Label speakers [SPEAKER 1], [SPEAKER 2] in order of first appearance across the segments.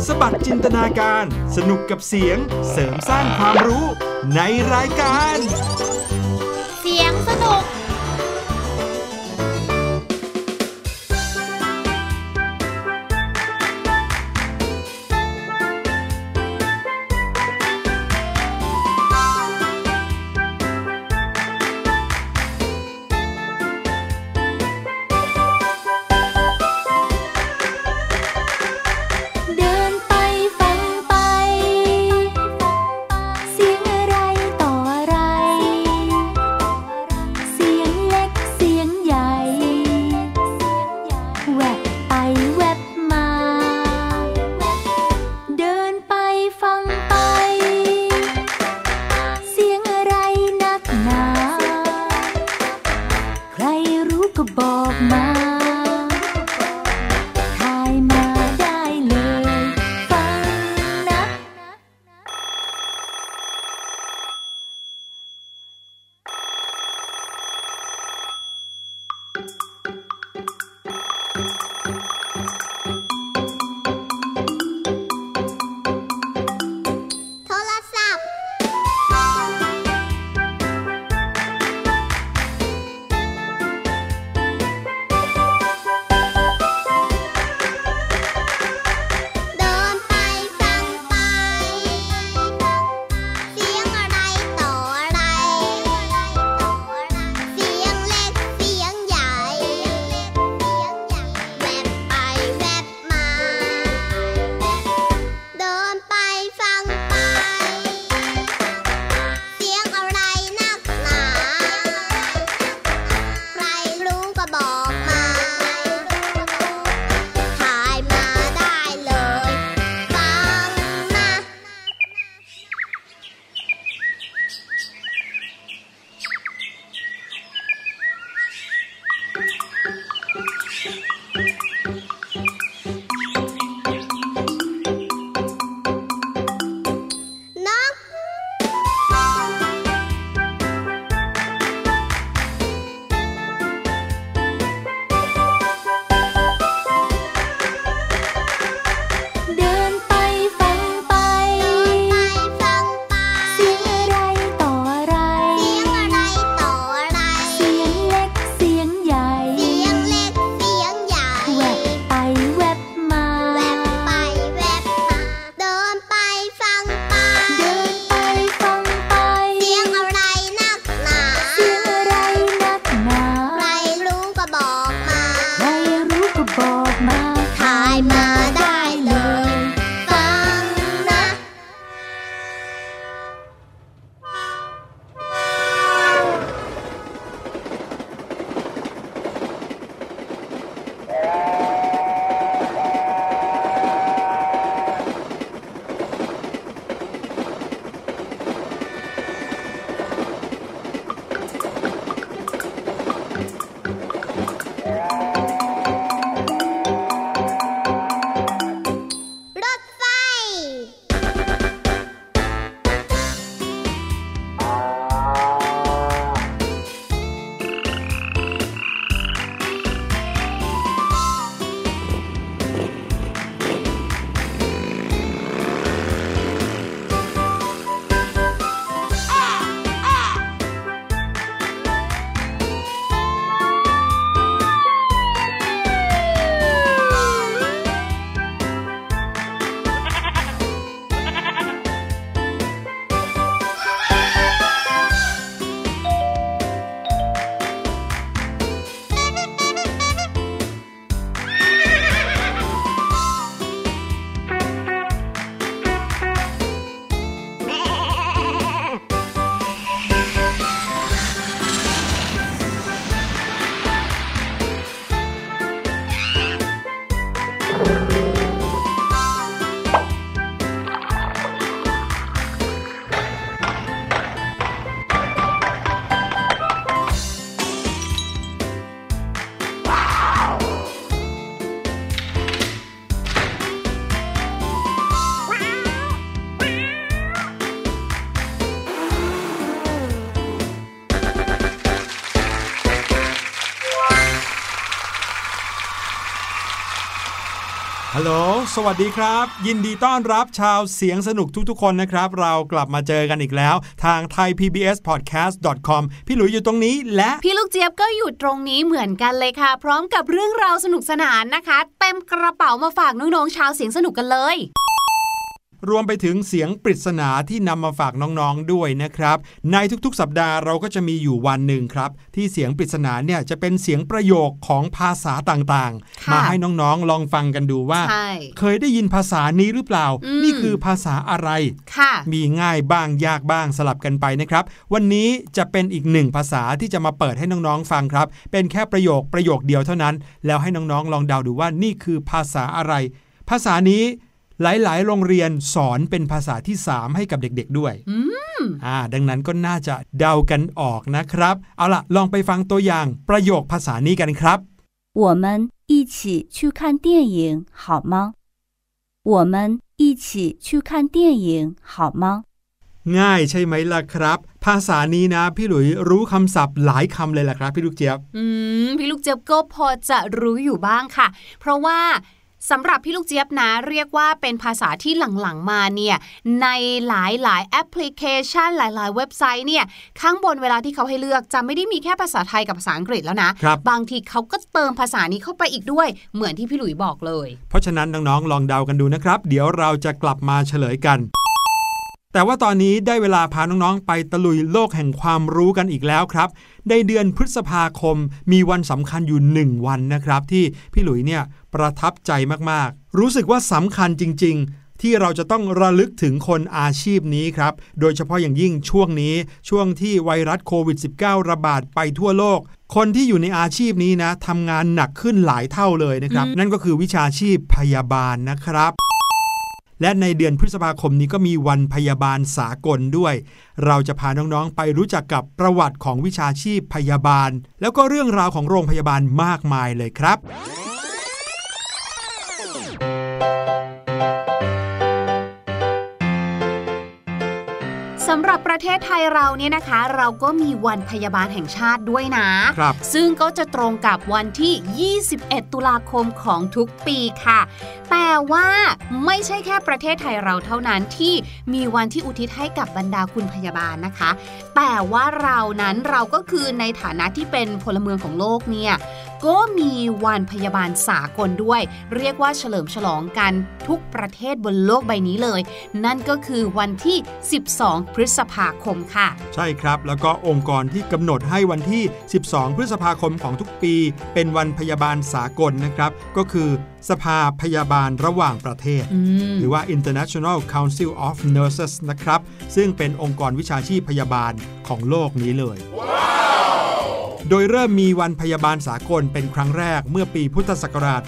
[SPEAKER 1] สบัดจินตนาการสนุกกับเสียงเสริมสร้างความรู้ในรายการ
[SPEAKER 2] เสียงสนุก
[SPEAKER 1] ฮัลโหลสวัสดีครับยินดีต้อนรับชาวเสียงสนุกทุกๆคนนะครับเรากลับมาเจอกันอีกแล้วทาง thaipbspodcast.com พี่หลุยอยู่ตรงนี้และ
[SPEAKER 2] พี่ลูกเจี๊ยบก็อยู่ตรงนี้เหมือนกันเลยค่ะพร้อมกับเรื่องราวสนุกสนานนะคะเต็มกระเป๋ามาฝากน้องๆชาวเสียงสนุกกันเลย
[SPEAKER 1] รวมไปถึงเสียงปริศนาที่นำมาฝากน้องๆด้วยนะครับในทุกๆสัปดาห์เราก็จะมีอยู่วันหนึ่งครับที่เสียงปริศนาเนี่ยจะเป็นเสียงประโยคของภาษาต่างๆมาให้น้องๆลองฟังกันดูว่าเคยได้ยินภาษานี้หรือเปล่านี่คือภาษาอะไรมีง่ายบ้างยากบ้างสลับกันไปนะครับวันนี้จะเป็นอีกหนึ่งภาษาที่จะมาเปิดให้น้องๆฟังครับเป็นแค่ประโยคเดียวเท่านั้นแล้วให้น้องๆลองเดาดูว่านี่คือภาษาอะไรภาษานี้หลายๆโรงเรียนสอนเป็นภาษาที่3ให้กับเด็กๆด้วยดังนั้นก็น่าจะเดากันออกนะครับเอาล่ะลองไปฟังตัวอย่างประโยคภาษานี้กันครับ
[SPEAKER 3] 我们一起去看电影好吗我们一起去看电影好吗
[SPEAKER 1] ง่ายใช่ไหมล่ะครับภาษานี้นะพี่หลุยรู้คำศัพท์หลายคำเลยล่ะครับพี่ลูกเจี๊ยบ
[SPEAKER 2] พี่ลูกเจี๊ยบก็พอจะรู้อยู่บ้างค่ะเพราะว่าสำหรับพี่ลูกเจี๊ยบนะเรียกว่าเป็นภาษาที่หลังๆมาเนี่ยในหลายๆแอปพลิเคชันหลายๆเว็บไซต์เนี่ยข้างบนเวลาที่เขาให้เลือกจะไม่ได้มีแค่ภาษาไทยกับภาษาอังกฤษแล้วนะบางทีเขาก็เติมภาษานี้เข้าไปอีกด้วยเหมือนที่พี่หลุยบอกเลย
[SPEAKER 1] เพราะฉะนั้นน้องๆลองเดากันดูนะครับเดี๋ยวเราจะกลับมาเฉลยกันแต่ว่าตอนนี้ได้เวลาพาน้องๆไปตะลุยโลกแห่งความรู้กันอีกแล้วครับในเดือนพฤษภาคมมีวันสำคัญอยู่1วันนะครับที่พี่หลุยเนี่ยประทับใจมากๆรู้สึกว่าสำคัญจริงๆที่เราจะต้องระลึกถึงคนอาชีพนี้ครับโดยเฉพาะอย่างยิ่งช่วงนี้ช่วงที่ไวรัสโควิด -19 ระบาดไปทั่วโลกคนที่อยู่ในอาชีพนี้นะทำงานหนักขึ้นหลายเท่าเลยนะครับนั่นก็คือวิชาชีพพยาบาลนะครับและในเดือนพฤษภาคมนี้ก็มีวันพยาบาลสากลด้วยเราจะพาน้องๆไปรู้จักกับประวัติของวิชาชีพพยาบาลแล้วก็เรื่องราวของโรงพยาบาลมากมายเลยครับ
[SPEAKER 2] สำหรับประเทศไทยเราเนี่ยนะคะเราก็มีวันพยาบาลแห่งชาติด้วยนะซึ่งก็จะตรงกับวันที่21ตุลาคมของทุกปีค่ะแต่ว่าไม่ใช่แค่ประเทศไทยเราเท่านั้นที่มีวันที่อุทิศให้กับบรรดาคุณพยาบาลนะคะแต่ว่าเราก็คือในฐานะที่เป็นพลเมืองของโลกเนี่ยก็มีวันพยาบาลสากลด้วยเรียกว่าเฉลิมฉลองกันทุกประเทศบนโลกใบนี้เลยนั่นก็คือวันที่12พฤษภาคมค่ะ
[SPEAKER 1] ใช่ครับแล้วก็องค์กรที่กำหนดให้วันที่12พฤษภาคมของทุกปีเป็นวันพยาบาลสากลนะครับก็คือสภาพยาบาลระหว่างประเทศหรือว่า International Council of Nurses นะครับซึ่งเป็นองค์กรวิชาชีพพยาบาลของโลกนี้เลย โดยเริ่มมีวันพยาบาลสากลเป็นครั้งแรกเมื่อปีพุทธศักราช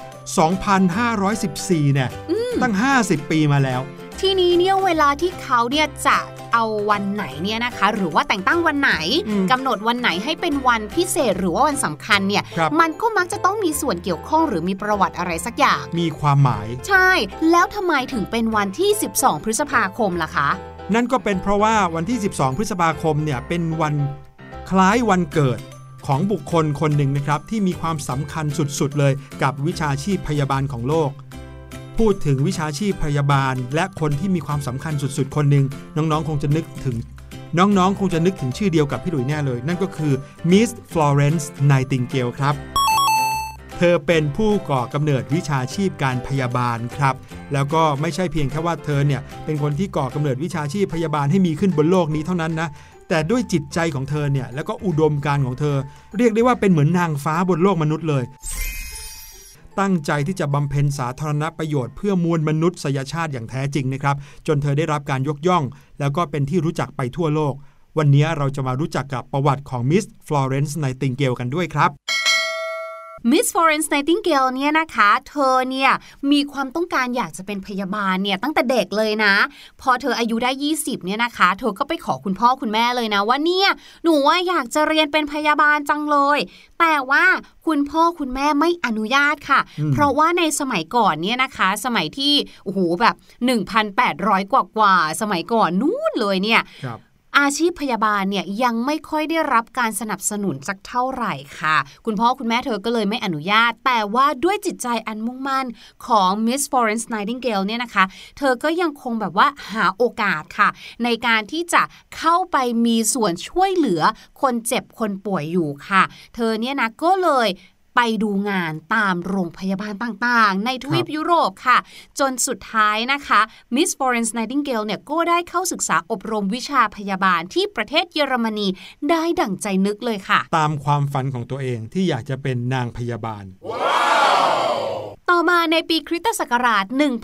[SPEAKER 1] 2514 เนี่ยตั้ง50 ปีมาแล้ว
[SPEAKER 2] ทีนี้เนี่ยเวลาที่เขาเนี่ยจะเอาวันไหนเนี่ยนะคะหรือว่าแต่งตั้งวันไหนกำหนดวันไหนให้เป็นวันพิเศษหรือว่าวันสำคัญเนี่ยมันก็มักจะต้องมีส่วนเกี่ยวข้องหรือมีประวัติอะไรสักอย่าง
[SPEAKER 1] มีความหมาย
[SPEAKER 2] ใช่แล้วทำไมถึงเป็นวันที่12พฤษภาคมล่ะคะ
[SPEAKER 1] นั่นก็เป็นเพราะว่าวันที่12พฤษภาคมเนี่ยเป็นวันคล้ายวันเกิดของบุคคลคนหนึ่งนะครับที่มีความสำคัญสุดๆเลยกับวิชาชีพพยาบาลของโลกพูดถึงวิชาชีพพยาบาลและคนที่มีความสำคัญสุดๆคนหนึ่งน้องๆคงจะนึกถึงชื่อเดียวกับพี่หลุยแน่เลยนั่นก็คือ Miss Florence Nightingale ครับเธอเป็นผู้ก่อกำเนิดวิชาชีพการพยาบาลครับแล้วก็ไม่ใช่เพียงแค่ว่าเธอเนี่ยเป็นคนที่ก่อกำเนิดวิชาชีพพยาบาลให้มีขึ้นบนโลกนี้เท่านั้นนะแต่ด้วยจิตใจของเธอเนี่ยแล้วก็อุดมการณ์ของเธอเรียกได้ว่าเป็นเหมือนนางฟ้าบนโลกมนุษย์เลยตั้งใจที่จะบำเพ็ญสาธารณประโยชน์เพื่อมวลมนุษยชาติอย่างแท้จริงนะครับจนเธอได้รับการยกย่องแล้วก็เป็นที่รู้จักไปทั่วโลกวันนี้เราจะมารู้จักกับประวัติของ Miss Florence Nightingale กันด้วยครับ
[SPEAKER 2] Miss Florence Nightingale เนี่ยนะคะเธอเนี่ยมีความต้องการอยากจะเป็นพยาบาลเนี่ยตั้งแต่เด็กเลยนะพอเธออายุได้20เนี่ยนะคะเธอก็ไปขอคุณพ่อคุณแม่เลยนะว่าเนี่ยหนูว่าอยากจะเรียนเป็นพยาบาลจังเลยแต่ว่าคุณพ่อคุณแม่ไม่อนุญาตค่ะเพราะว่าในสมัยก่อนเนี่ยนะคะสมัยที่โอ้โหแบบ 1,800 กว่าสมัยก่อนนู้นเลยเนี่ยอาชีพพยาบาลเนี่ยยังไม่ค่อยได้รับการสนับสนุนสักเท่าไหร่ค่ะคุณพ่อคุณแม่เธอก็เลยไม่อนุญาตแต่ว่าด้วยจิตใจอันมุ่งมั่นของ Miss Florence Nightingale เนี่ยนะคะเธอก็ยังคงแบบว่าหาโอกาสค่ะในการที่จะเข้าไปมีส่วนช่วยเหลือคนเจ็บคนป่วยอยู่ค่ะเธอเนี่ยนะก็เลยไปดูงานตามโรงพยาบาลต่างๆในทวีปยุโรปค่ะจนสุดท้ายนะคะ Miss Florence Nightingale เนี่ยก็ได้เข้าศึกษาอบรมวิชาพยาบาลที่ประเทศเยอรมนีได้ดั่งใจนึกเลยค่ะ
[SPEAKER 1] ตามความฝันของตัวเองที่อยากจะเป็นนางพยาบาล
[SPEAKER 2] ต่อมาในปีคริสตศักราช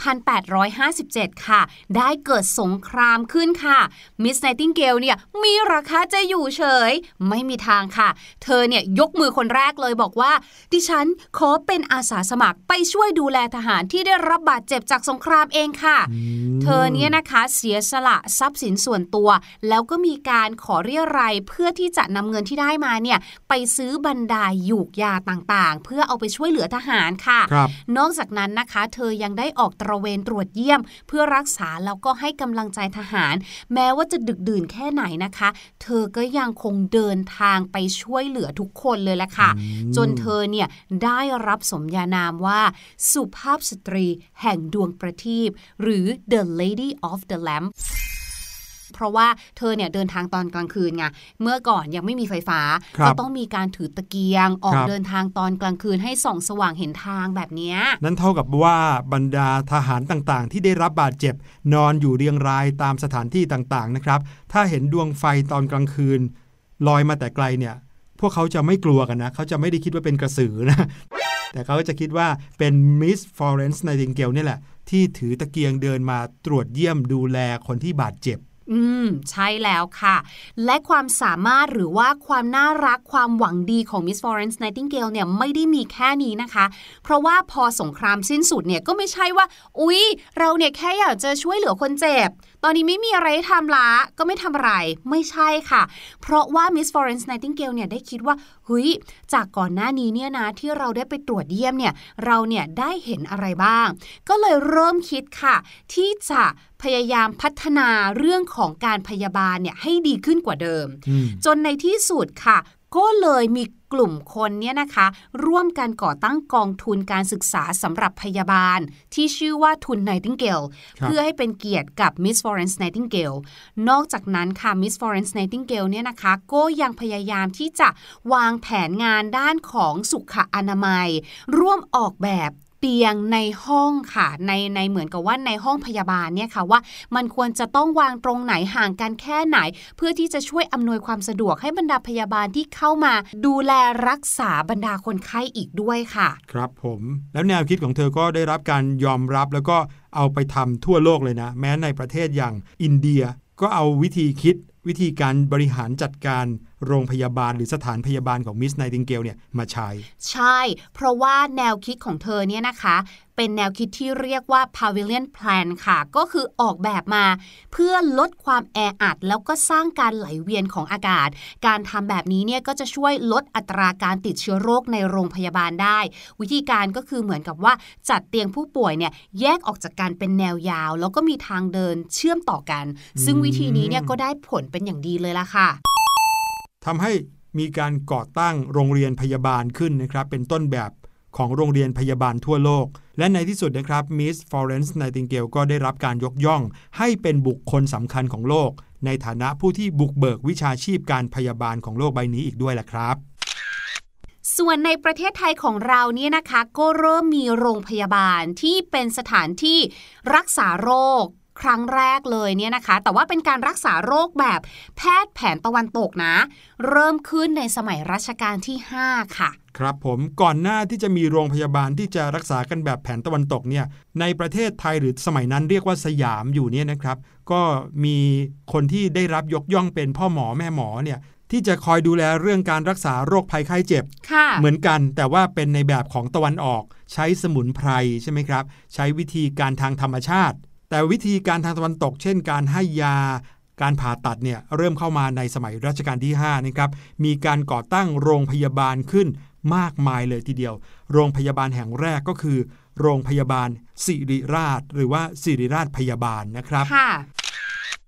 [SPEAKER 2] 1857 ค่ะได้เกิดสงครามขึ้นค่ะ Miss Nightingale เนี่ยมีราคาจะอยู่เฉยไม่มีทางค่ะเธอเนี่ยยกมือคนแรกเลยบอกว่าดิฉันขอเป็นอาสาสมัครไปช่วยดูแลทหารที่ได้รับบาดเจ็บจากสงครามเองค่ะเธอเนี่ยนะคะเสียสละทรัพย์สินส่วนตัวแล้วก็มีการขอเรียรัยเพื่อที่จะนำเงินที่ได้มาเนี่ยไปซื้อบรรดาหยูกยาต่างๆเพื่อเอาไปช่วยเหลือทหารค่ะนอกจากนั้นนะคะเธอยังได้ออกตระเวนตรวจเยี่ยมเพื่อรักษาแล้วก็ให้กำลังใจทหารแม้ว่าจะดึกดื่นแค่ไหนนะคะเธอก็ยังคงเดินทางไปช่วยเหลือทุกคนเลยแหละค่ะจนเธอเนี่ยได้รับสมญานามว่าสุภาพสตรีแห่งดวงประทีปหรือ The Lady of the Lampเพราะว่าเธอเนี่ยเดินทางตอนกลางคืนไงเมื่อก่อนยังไม่มีไฟฟ้าก็ต้องมีการถือตะเกียงออกเดินทางตอนกลางคืนให้ส่องสว่างเห็นทางแบบนี้
[SPEAKER 1] นั่นเท่ากับว่าบรรดาทหารต่างๆที่ได้รับบาดเจ็บนอนอยู่เรียงรายตามสถานที่ต่างๆนะครับถ้าเห็นดวงไฟตอนกลางคืนลอยมาแต่ไกลเนี่ยพวกเขาจะไม่กลัวกันนะเขาจะไม่ได้คิดว่าเป็นกระสือนะแต่เขาจะคิดว่าเป็น Miss Florence Nightingale นี่แหละที่ถือตะเกียงเดินมาตรวจเยี่ยมดูแลคนที่บาดเจ็บ
[SPEAKER 2] ใช่แล้วค่ะและความสามารถหรือว่าความน่ารักความหวังดีของ Miss Florence Nightingale เนี่ยไม่ได้มีแค่นี้นะคะเพราะว่าพอสงครามสิ้นสุดเนี่ยก็ไม่ใช่ว่าอุ๊ยเราเนี่ยแค่อยากจะช่วยเหลือคนเจ็บตอนนี้ไม่มีอะไรให้ทำละก็ไม่ทำอะไรไม่ใช่ค่ะเพราะว่า Miss Florence Nightingale เนี่ยได้คิดว่าเฮ้ยจากก่อนหน้านี้เนี่ยนะที่เราได้ไปตรวจเยี่ยมเนี่ยเราเนี่ยได้เห็นอะไรบ้างก็เลยเริ่มคิดค่ะที่จะพยายามพัฒนาเรื่องของการพยาบาลเนี่ยให้ดีขึ้นกว่าเดิมจนในที่สุดค่ะก็เลยมีกลุ่มคนเนี่ยนะคะร่วมกันก่อตั้งกองทุนการศึกษาสำหรับพยาบาลที่ชื่อว่าทุน Nightingale เพื่อให้เป็นเกียรติกับ Miss Florence Nightingale นอกจากนั้นค่ะ Miss Florence Nightingale เนี่ยนะคะก็ยังพยายามที่จะวางแผนงานด้านของสุขอนามัยร่วมออกแบบเตียงในห้องค่ะในเหมือนกับว่าในห้องพยาบาลเนี่ยค่ะว่ามันควรจะต้องวางตรงไหนห่างกันแค่ไหนเพื่อที่จะช่วยอำนวยความสะดวกให้บรรดาพยาบาลที่เข้ามาดูแลรักษาบรรดาคนไข้อีกด้วยค่ะ
[SPEAKER 1] ครับผมแล้วแนวคิดของเธอก็ได้รับการยอมรับแล้วก็เอาไปทำทั่วโลกเลยนะแม้ในประเทศอย่างอินเดียก็เอาวิธีการบริหารจัดการโรงพยาบาลหรือสถานพยาบาลของ Miss Nightingale เนี่ยมาใช้
[SPEAKER 2] ใช่เพราะว่าแนวคิดของเธอเนี่ยนะคะเป็นแนวคิดที่เรียกว่า Pavilion Plan ค่ะก็คือออกแบบมาเพื่อลดความแออัดแล้วก็สร้างการไหลเวียนของอากาศการทำแบบนี้เนี่ยก็จะช่วยลดอัตราการติดเชื้อโรคในโรงพยาบาลได้วิธีการก็คือเหมือนกับว่าจัดเตียงผู้ป่วยเนี่ยแยกออกจากกันเป็นแนวยาวแล้วก็มีทางเดินเชื่อมต่อกันซึ่งวิธีนี้เนี่ยก็ได้ผลเป็นอย่างดีเลยล่ะค่ะ
[SPEAKER 1] ทำให้มีการก่อตั้งโรงเรียนพยาบาลขึ้นนะครับเป็นต้นแบบของโรงเรียนพยาบาลทั่วโลกและในที่สุดนะครับ Miss Florence Nightingale ก็ได้รับการยกย่องให้เป็นบุคคลสำคัญของโลกในฐานะผู้ที่บุกเบิกวิชาชีพการพยาบาลของโลกใบนี้อีกด้วยล่ะครับ
[SPEAKER 2] ส่วนในประเทศไทยของเราเนี่ยนะคะก็เริ่มมีโรงพยาบาลที่เป็นสถานที่รักษาโรคครั้งแรกเลยเนี่ยนะคะแต่ว่าเป็นการรักษาโรคแบบแพทย์แผนตะวันตกนะเริ่มขึ้นในสมัยรัชกาลที่5ค่ะ
[SPEAKER 1] ครับผมก่อนหน้าที่จะมีโรงพยาบาลที่จะรักษากันแบบแผนตะวันตกเนี่ยในประเทศไทยหรือสมัยนั้นเรียกว่าสยามอยู่เนี่ยนะครับก็มีคนที่ได้รับยกย่องเป็นพ่อหมอแม่หมอเนี่ยที่จะคอยดูแลเรื่องการรักษาโรคภัยไข้เจ็บเหมือนกันแต่ว่าเป็นในแบบของตะวันออกใช้สมุนไพรใช่ไหมครับใช้วิธีการทางธรรมชาติแต่วิธีการทางตะวันตกเช่นการให้ยาการผ่าตัดเนี่ยเริ่มเข้ามาในสมัยรัชกาลที่5นะครับมีการก่อตั้งโรงพยาบาลขึ้นมากมายเลยทีเดียวโรงพยาบาลแห่งแรกก็คือโรงพยาบาลศิริราชหรือว่าศิริราชพยาบาลนะครับ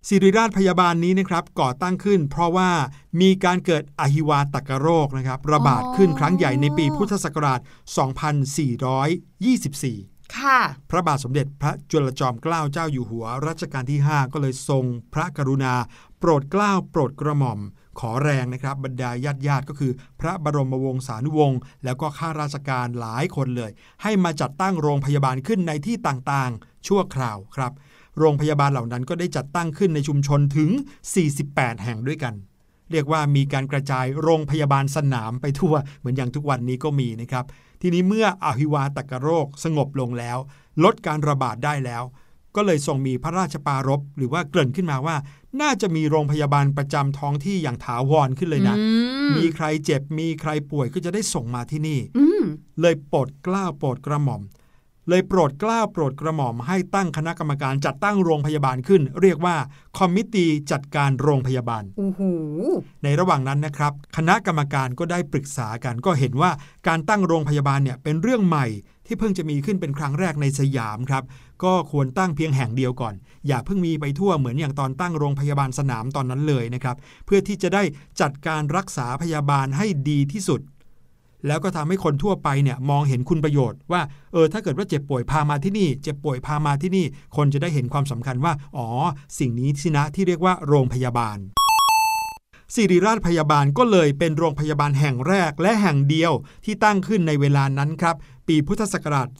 [SPEAKER 1] ศิริราชพยาบาลนี้นะครับก่อตั้งขึ้นเพราะว่ามีการเกิดอหิวาตกโรคนะครับระบาดขึ้นครั้งใหญ่ในปีพุทธศักราช 2424
[SPEAKER 2] ค่ะ
[SPEAKER 1] พระบาทสมเด็จพระจุลจอมเกล้าเจ้าอยู่หัวรัชกาลที่ 5ก็เลยทรงพระกรุณาโปรดเกล้าโปรดกระหม่อมขอแรงนะครับบรรดาญาติก็คือพระบรมวงศานุวงศ์แล้วก็ข้าราชการหลายคนเลยให้มาจัดตั้งโรงพยาบาลขึ้นในที่ต่างๆชั่วคราวครับโรงพยาบาลเหล่านั้นก็ได้จัดตั้งขึ้นในชุมชนถึง48แห่งด้วยกันเรียกว่ามีการกระจายโรงพยาบาลสนามไปทั่วเหมือนอย่างทุกวันนี้ก็มีนะครับทีนี้เมื่ออหิวาตกโรคสงบลงแล้วลดการระบาดได้แล้วก็เลยทรงมีพระราชปารภหรือว่าเกริ่นขึ้นมาว่าน่าจะมีโรงพยาบาลประจำท้องที่อย่างถาวรขึ้นเลยนะมีใครเจ็บมีใครป่วยก็จะได้ส่งมาที่นี่เลยโปรดเกล้าโปรดกระหม่อมเลยโปรดเกล้าโปรดกระหม่อมให้ตั้งคณะกรรมการจัดตั้งโรงพยาบาลขึ้นเรียกว่าคอมมิตี้จัดการโรงพยาบาลในระหว่างนั้นนะครับคณะกรรมการก็ได้ปรึกษากันก็เห็นว่าการตั้งโรงพยาบาลเนี่ยเป็นเรื่องใหม่ที่เพิ่งจะมีขึ้นเป็นครั้งแรกในสยามครับก็ควรตั้งเพียงแห่งเดียวก่อนอย่าเพิ่งมีไปทั่วเหมือนอย่างตอนตั้งโรงพยาบาลสนามตอนนั้นเลยนะครับเพื่อที่จะได้จัดการรักษาพยาบาลให้ดีที่สุดแล้วก็ทำให้คนทั่วไปเนี่ยมองเห็นคุณประโยชน์ว่าถ้าเกิดว่าเจ็บป่วยพามาที่นี่เจ็บป่วยพามาที่นี่คนจะได้เห็นความสำคัญว่าสิ่งนี้สินะที่เรียกว่าโรงพยาบาลศิริราชพยาบาลก็เลยเป็นโรงพยาบาลแห่งแรกและแห่งเดียวที่ตั้งขึ้นในเวลานั้นครับปีพุทธศักราช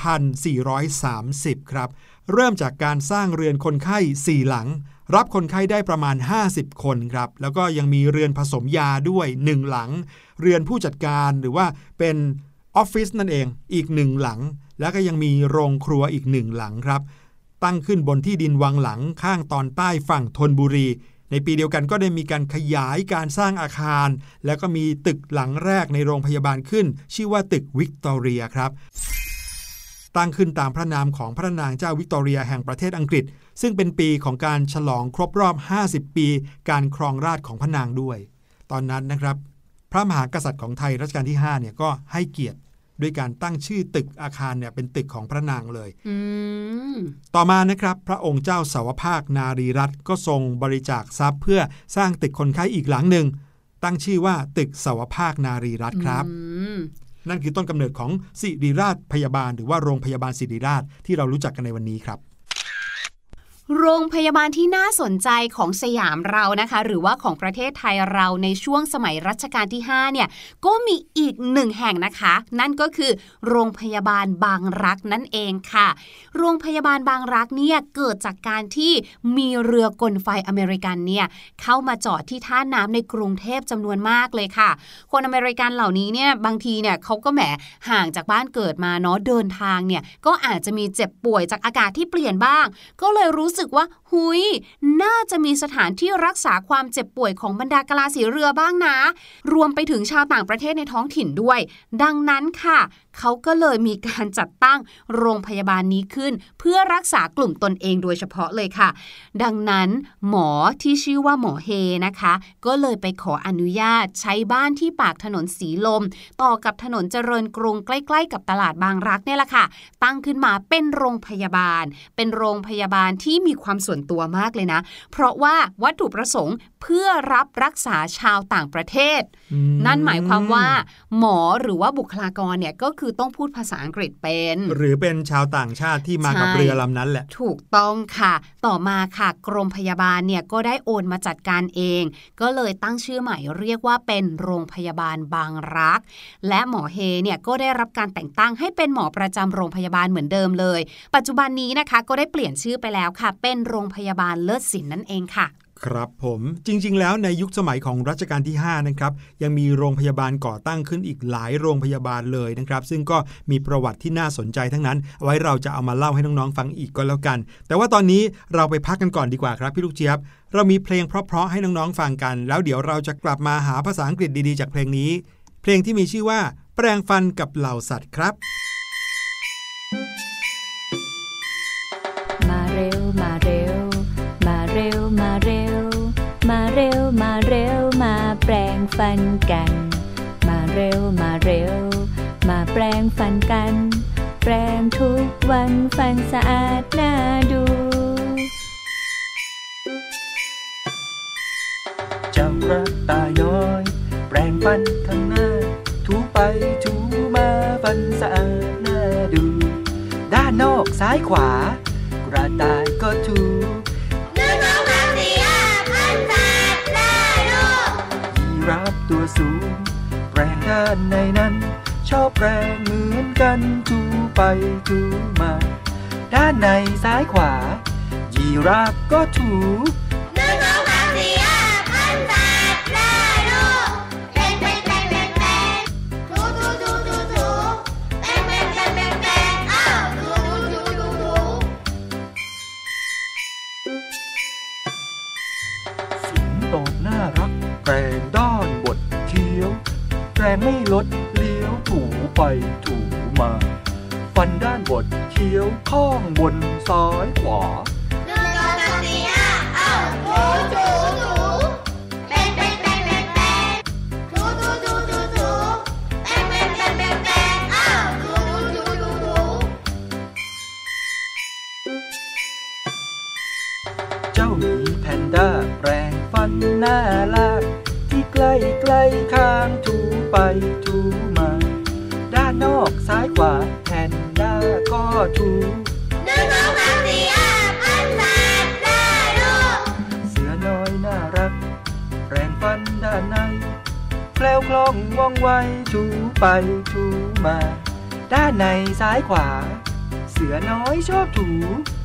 [SPEAKER 1] 2430 ครับเริ่มจากการสร้างเรือนคนไข้4หลังรับคนไข้ได้ประมาณ50คนครับแล้วก็ยังมีเรือนผสมยาด้วย1หลังเรือนผู้จัดการหรือว่าเป็นออฟฟิศนั่นเองอีก1หลังแล้วก็ยังมีโรงครัวอีก1หลังครับตั้งขึ้นบนที่ดินวังหลังข้างตอนใต้ฝั่งธนบุรีในปีเดียวกันก็ได้มีการขยายการสร้างอาคารแล้วก็มีตึกหลังแรกในโรงพยาบาลขึ้นชื่อว่าตึกวิกตอเรียครับตั้งขึ้นตามพระนามของพระนางเจ้าวิกตอเรียแห่งประเทศอังกฤษซึ่งเป็นปีของการฉลองครบรอบ50ปีการครองราชย์ของพระนางด้วยตอนนั้นนะครับพระมหากษัตริย์ของไทยรัชกาลที่5เนี่ยก็ให้เกียรติด้วยการตั้งชื่อตึกอาคารเนี่ยเป็นตึกของพระนางเลยต่อมานะครับพระองค์เจ้าสาวภาคนารีรัตน์ก็ทรงบริจาคทรัพย์เพื่อสร้างตึกคนไข้อีกหลังหนึ่งตั้งชื่อว่าตึกสาวภาคนารีรัตน์ครับนั่นคือต้นกำเนิดของศิริราชพยาบาลหรือว่าโรงพยาบาลศิริราชที่เรารู้จักกันในวันนี้ครับ
[SPEAKER 2] โรงพยาบาลที่น่าสนใจของสยามเรานะคะหรือว่าของประเทศไทยเราในช่วงสมัยรัชกาลที่5เนี่ยก็มีอีก1แห่งนะคะนั่นก็คือโรงพยาบาลบางรักนั่นเองค่ะโรงพยาบาลบางรักเนี่ยเกิดจากการที่มีเรือกลไฟอเมริกันเนี่ยเข้ามาจอดที่ท่าน้ำในกรุงเทพจำนวนมากเลยค่ะคนอเมริกันเหล่านี้เนี่ยบางทีเนี่ยเขาก็แหมห่างจากบ้านเกิดมาเนาะเดินทางเนี่ยก็อาจจะมีเจ็บป่วยจากอากาศที่เปลี่ยนบ้างก็เลยรู้สึกว่าน่าจะมีสถานที่รักษาความเจ็บป่วยของบรรดากะลาสีเรือบ้างนะรวมไปถึงชาวต่างประเทศในท้องถิ่นด้วยดังนั้นค่ะเขาก็เลยมีการจัดตั้งโรงพยาบาลนี้ขึ้นเพื่อรักษากลุ่มตนเองโดยเฉพาะเลยค่ะดังนั้นหมอที่ชื่อว่าหมอเฮนะคะก็เลยไปขออนุญาตใช้บ้านที่ปากถนนสีลมต่อกับถนนเจริญกรุงใกล้ๆกับตลาดบางรักเนี่ยแหละค่ะตั้งขึ้นมาเป็นโรงพยาบาลที่มีความส่วนตัวมากเลยนะเพราะว่าวัตถุประสงค์เพื่อรับรักษาชาวต่างประเทศนั่นหมายความว่าหมอหรือว่าบุคลากรเนี่ยก็คือต้องพูดภาษาอังกฤษเป็น
[SPEAKER 1] หรือเป็นชาวต่างชาติที่มากับเรือลำนั้นแหละ
[SPEAKER 2] ถูกต้องค่ะต่อมาค่ะกรมพยาบาลเนี่ยก็ได้โอนมาจัดการเองก็เลยตั้งชื่อใหม่เรียกว่าเป็นโรงพยาบาลบางรักและหมอเฮเนี่ยก็ได้รับการแต่งตั้งให้เป็นหมอประจำโรงพยาบาลเหมือนเดิมเลยปัจจุบันนี้นะคะก็ได้เปลี่ยนชื่อไปแล้วค่ะเป็นโรงพยาบาลเลิศศิลป์นั่นเองค่ะ
[SPEAKER 1] ครับผมจริงๆแล้วในยุคสมัยของรัชกาลที่5นะครับยังมีโรงพยาบาลก่อตั้งขึ้นอีกหลายโรงพยาบาลเลยนะครับซึ่งก็มีประวัติที่น่าสนใจทั้งนั้นเอาไว้เราจะเอามาเล่าให้น้องๆฟังอีกก็แล้วกันแต่ว่าตอนนี้เราไปพักกันก่อนดีกว่าครับพี่ลูกเจี๊ยบเรามีเพลงเพราะๆให้น้องๆฟังกันแล้วเดี๋ยวเราจะกลับมาหาภาษาอังกฤษดีๆจากเพลงนี้เพลงที่มีชื่อว่าแปรงฟันกับเหล่าสัตว์ครับ
[SPEAKER 3] มาเร็วมาเร็วมาเร็วมาเร็วมาเร็วมาเร็วมาแปรงฟันกันมาเร็วมาเร็วมาแปรงฟันกันแปรงทุกวันฟันสะอาดน่าดู
[SPEAKER 4] กระต่ายน้อยแปรงฟันข้างหน้าถูไปถูมาฟันสะอาดน่าดูด้านนอกซ้ายขวากระต่ายก็ถูยีราฟตัวสูงแปรงด้านในนั้นชอบแปรงเหมือนกันถูไปถูมาด้านในซ้ายขวายีราฟก็ถูแปรงด้านบดเคี้ยวแปรงไม่ลดเลี้ยวถูไปถูมาฟันด้านบดเคี้ยวข้างบนซ้ายขวาเจ้าหมีแพนด้าแปรงฟันหน้าลากที่ใกล้ๆข้างถูไปถูมาด้านนอกซ้ายขวาแพนด้าก็ถูเสือน้อยน่ารักแปรงฟันด้านในแคล้วคล่องว่องไวถูไปถูมาด้านในซ้ายขวาเสือน้อยชอบถู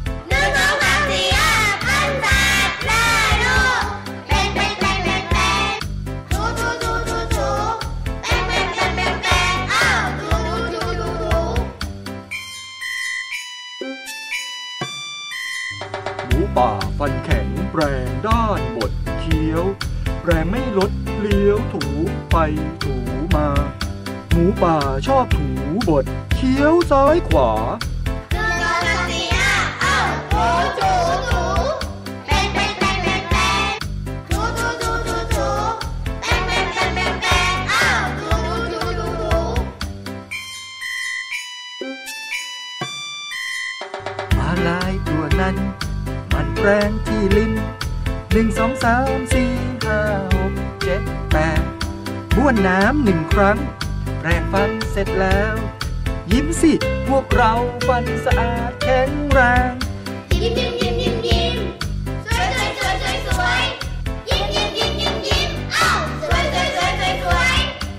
[SPEAKER 4] ป่าฟันแข็งแปรงด้านบดเคี้ยวแปรงไม่ลดเลี้ยวถูไปถูมาหมูป่าชอบถูบดเคี้ยวซ้ายขวาม้าลายตัวนั้นมันแปรงที่ลิ้น1 2 3 4 5 6 7 8บ้วนน้ำ1 ครั้งแปรงฟันเสร็จแล้วยิ้มสิพวกเราฟันสะอาดแข็งแรงยิ้มยิ้มยิ้มยิ้มยิ้มสวยสวยสวยสวยสวยยิ้มยิ้มยิ้มยิ้มยิ้มอ้าวสวยสวยสวยสวยสวย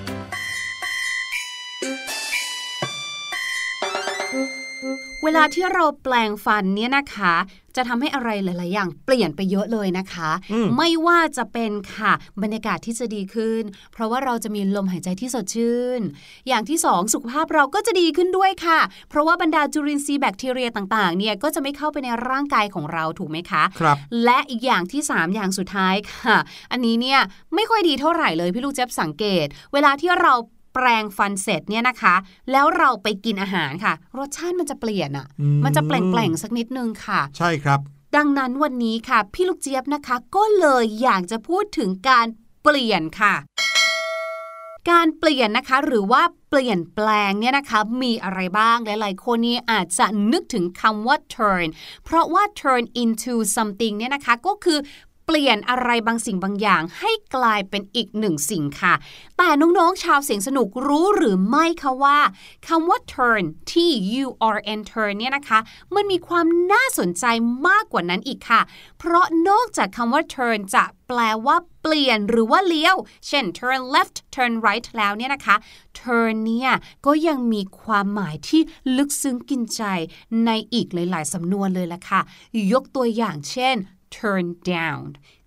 [SPEAKER 2] เวลาที่เราแปลงฟันเนี่ยนะคะจะทำให้อะไรหลายๆอย่างเปลี่ยนไปเยอะเลยนะคะไม่ว่าจะเป็นค่ะบรรยากาศที่จะดีขึ้นเพราะว่าเราจะมีลมหายใจที่สดชื่นอย่างที่2สุขภาพเราก็จะดีขึ้นด้วยค่ะเพราะว่าบรรดาจุลินทรีย์แบคทีเรียต่างๆเนี่ยก็จะไม่เข้าไปในร่างกายของเราถูกไหมคะ
[SPEAKER 1] ครับ
[SPEAKER 2] และอีกอย่างที่3อย่างสุดท้ายค่ะอันนี้เนี่ยไม่ค่อยดีเท่าไหร่เลยพี่ลูกเจี๊ยบสังเกตเวลาที่เราแปรงฟันเสร็จเนี่ยนะคะแล้วเราไปกินอาหารค่ะรสชาติมันจะเปลี่ยนมันจะแปลงๆสักนิดนึงค่ะ
[SPEAKER 1] ใช่ครับ
[SPEAKER 2] ดังนั้นวันนี้ค่ะพี่ลูกเจี๊ยบนะคะก็เลยอยากจะพูดถึงการเปลี่ยนค่ะการเปลี่ยนนะคะหรือว่าเปลี่ยนแปลงเนี่ยนะคะมีอะไรบ้างหลายๆคนนี่อาจจะนึกถึงคำว่า turn เพราะว่า turn into something เนี่ยนะคะก็คือเปลี่ยนอะไรบางสิ่งบางอย่างให้กลายเป็นอีกหนึ่งสิ่งค่ะแต่น้องๆชาวเสียงสนุกรู้หรือไม่คะว่าคำว่า turn T-U-R-N turn เนี่ยนะคะมันมีความน่าสนใจมากกว่านั้นอีกค่ะเพราะนอกจากคำว่า turn จะแปลว่าเปลี่ยนหรือว่าเลี้ยวเช่น turn left turn right แล้วเนี่ยนะคะ turn เนี่ยก็ยังมีความหมายที่ลึกซึ้งกินใจในอีกหลายๆสำนวนเลยล่ะค่ะยกตัวอย่างเช่นturn down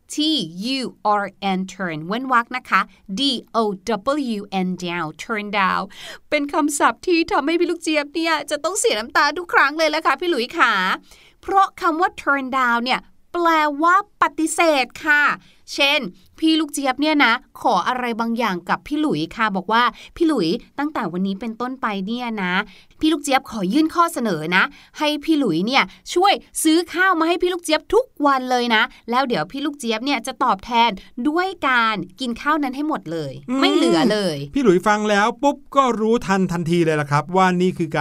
[SPEAKER 2] T-U-R-N turn เว้นวรรคนะคะ D-O-W-N down turn down เป็นคำศัพท์ที่ทำให้พี่ลูกเจี๊ยบเนี่ยจะต้องเสียน้ำตาทุกครั้งเลยละค่ะพี่หลุยขาเพราะคำว่า turn down เนี่ยแปลว่าปฏิเสธค่ะเช่นพี่ลูกเจี๊ยบเนี่ยนะขออะไรบางอย่างกับพี่หลุยค่ะบอกว่าพี่หลุยตั้งแต่วันนี้เป็นต้นไปเนี่ยนะพี่ลูกเจี๊ยบขอยื่นข้อเสนอนะให้พี่หลุยเนี่ยช่วยซื้อข้าวมาให้พี่ลูกเจี๊ยบทุกวันเลยนะแล้วเดี๋ยวพี่ลูกเจี๊ยบเนี่ยจะตอบแทนด้วยการกินข้าวนั้นให้หมดเลยไม่เหลือเลย
[SPEAKER 1] พี่หลุยฟังแล้วปุ๊บก็รู้ทันทีเลยล่ะครับว่านี่คือการ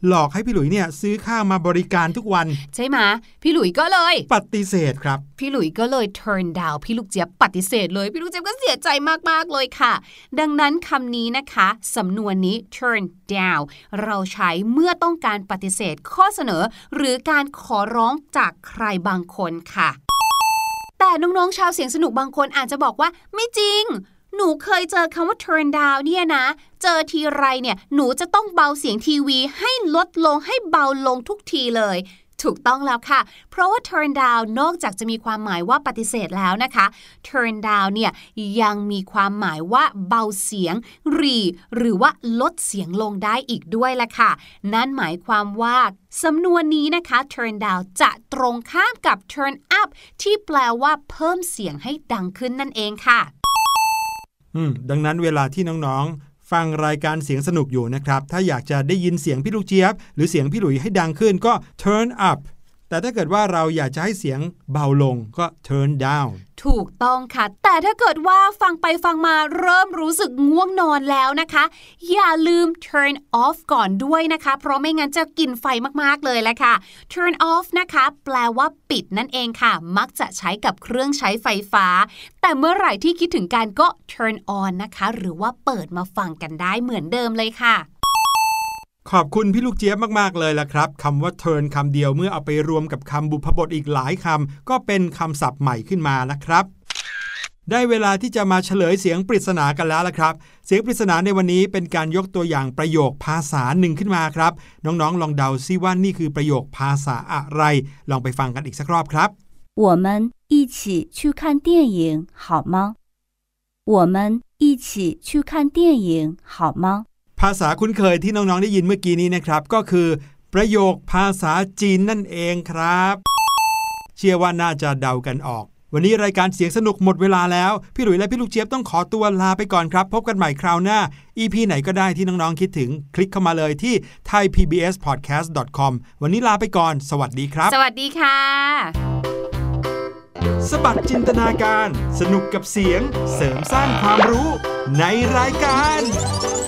[SPEAKER 1] หลอกให้พี่หลุยเนี่ยซื้อข้าวมาบริการทุกวัน
[SPEAKER 2] ใช่ไหมพี่หลุยก็เลย
[SPEAKER 1] ปฏิเสธครับ
[SPEAKER 2] พี่หลุยก็เลย turn down พี่ลูกเจี๊ยบปฏิเสธเลยพี่ลูกเจี๊ยบก็เสียใจมากๆเลยค่ะดังนั้นคำนี้นะคะสำนวนนี้ turn down เราใช้เมื่อต้องการปฏิเสธข้อเสนอหรือการขอร้องจากใครบางคนค่ะแต่น้องๆชาวเสียงสนุกบางคนอาจจะบอกว่าไม่จริงหนูเคยเจอคำว่า turn down เนี่ยนะเจอทีไรเนี่ยหนูจะต้องเบาเสียงทีวีให้ลดลงให้เบาลงทุกทีเลยถูกต้องแล้วค่ะเพราะว่า turn down นอกจากจะมีความหมายว่าปฏิเสธแล้วนะคะ turn down เนี่ยยังมีความหมายว่าเบาเสียงหรือว่าลดเสียงลงได้อีกด้วยล่ะค่ะนั่นหมายความว่าสำนวนนี้นะคะ turn down จะตรงข้ามกับ turn up ที่แปลว่าเพิ่มเสียงให้ดังขึ้นนั่นเองค่ะ
[SPEAKER 1] ดังนั้นเวลาที่น้องๆฟังรายการเสียงสนุกอยู่นะครับถ้าอยากจะได้ยินเสียงพี่ลูกเจี๊ยบหรือเสียงพี่หลุยให้ดังขึ้นก็ turn up แต่ถ้าเกิดว่าเราอยากจะให้เสียงเบาลงก็ turn down
[SPEAKER 2] ถูกต้องค่ะแต่ถ้าเกิดว่าฟังไปฟังมาเริ่มรู้สึกง่วงนอนแล้วนะคะอย่าลืม turn off ก่อนด้วยนะคะเพราะไม่งั้นจะกินไฟมากๆเลยแหละค่ะ turn off นะคะแปลว่าปิดนั่นเองค่ะมักจะใช้กับเครื่องใช้ไฟฟ้าแต่เมื่อไหร่ที่คิดถึงการก็ turn on นะคะหรือว่าเปิดมาฟังกันได้เหมือนเดิมเลยค่ะ
[SPEAKER 1] ขอบคุณพี่ลูกเจี๊ยบมากๆเลยล่ะครับคำว่า turn คำเดียวเมื่อเอาไปรวมกับคำบุพบทอีกหลายคำก็เป็นคำศัพท์ใหม่ขึ้นมานะครับได้เวลาที่จะมาเฉลยเสียงปริศนากันแล้วล่ะครับเสียงปริศนาในวันนี้เป็นการยกตัวอย่างประโยคภาษาหนึ่งขึ้นมาครับน้องๆลองเดาซิว่านี่คือประโยคภาษาอะไรลองไปฟังกันอีกสักรอบครับ
[SPEAKER 3] 我们一起去看电影好吗我们一起去看电影好吗
[SPEAKER 1] ภาษาคุ้นเคยที่น้องๆได้ยินเมื่อกี้นี้นะครับก็คือประโยคภาษาจีนนั่นเองครับเชื่อว่าน่าจะเดากันออกวันนี้รายการเสียงสนุกหมดเวลาแล้วพี่หลุยและพี่ลูกเจี๊ยบต้องขอตัวลาไปก่อนครับพบกันใหม่คราวหน้า EP ไหนก็ได้ที่น้องๆคิดถึงคลิกเข้ามาเลยที่ thaipbspodcast.com วันนี้ลาไปก่อนสวัสดีครับ
[SPEAKER 2] สวัสดีค่ะ
[SPEAKER 1] สบัดจินตนาการสนุกกับเสียงเสริมสร้างความรู้ในรายการ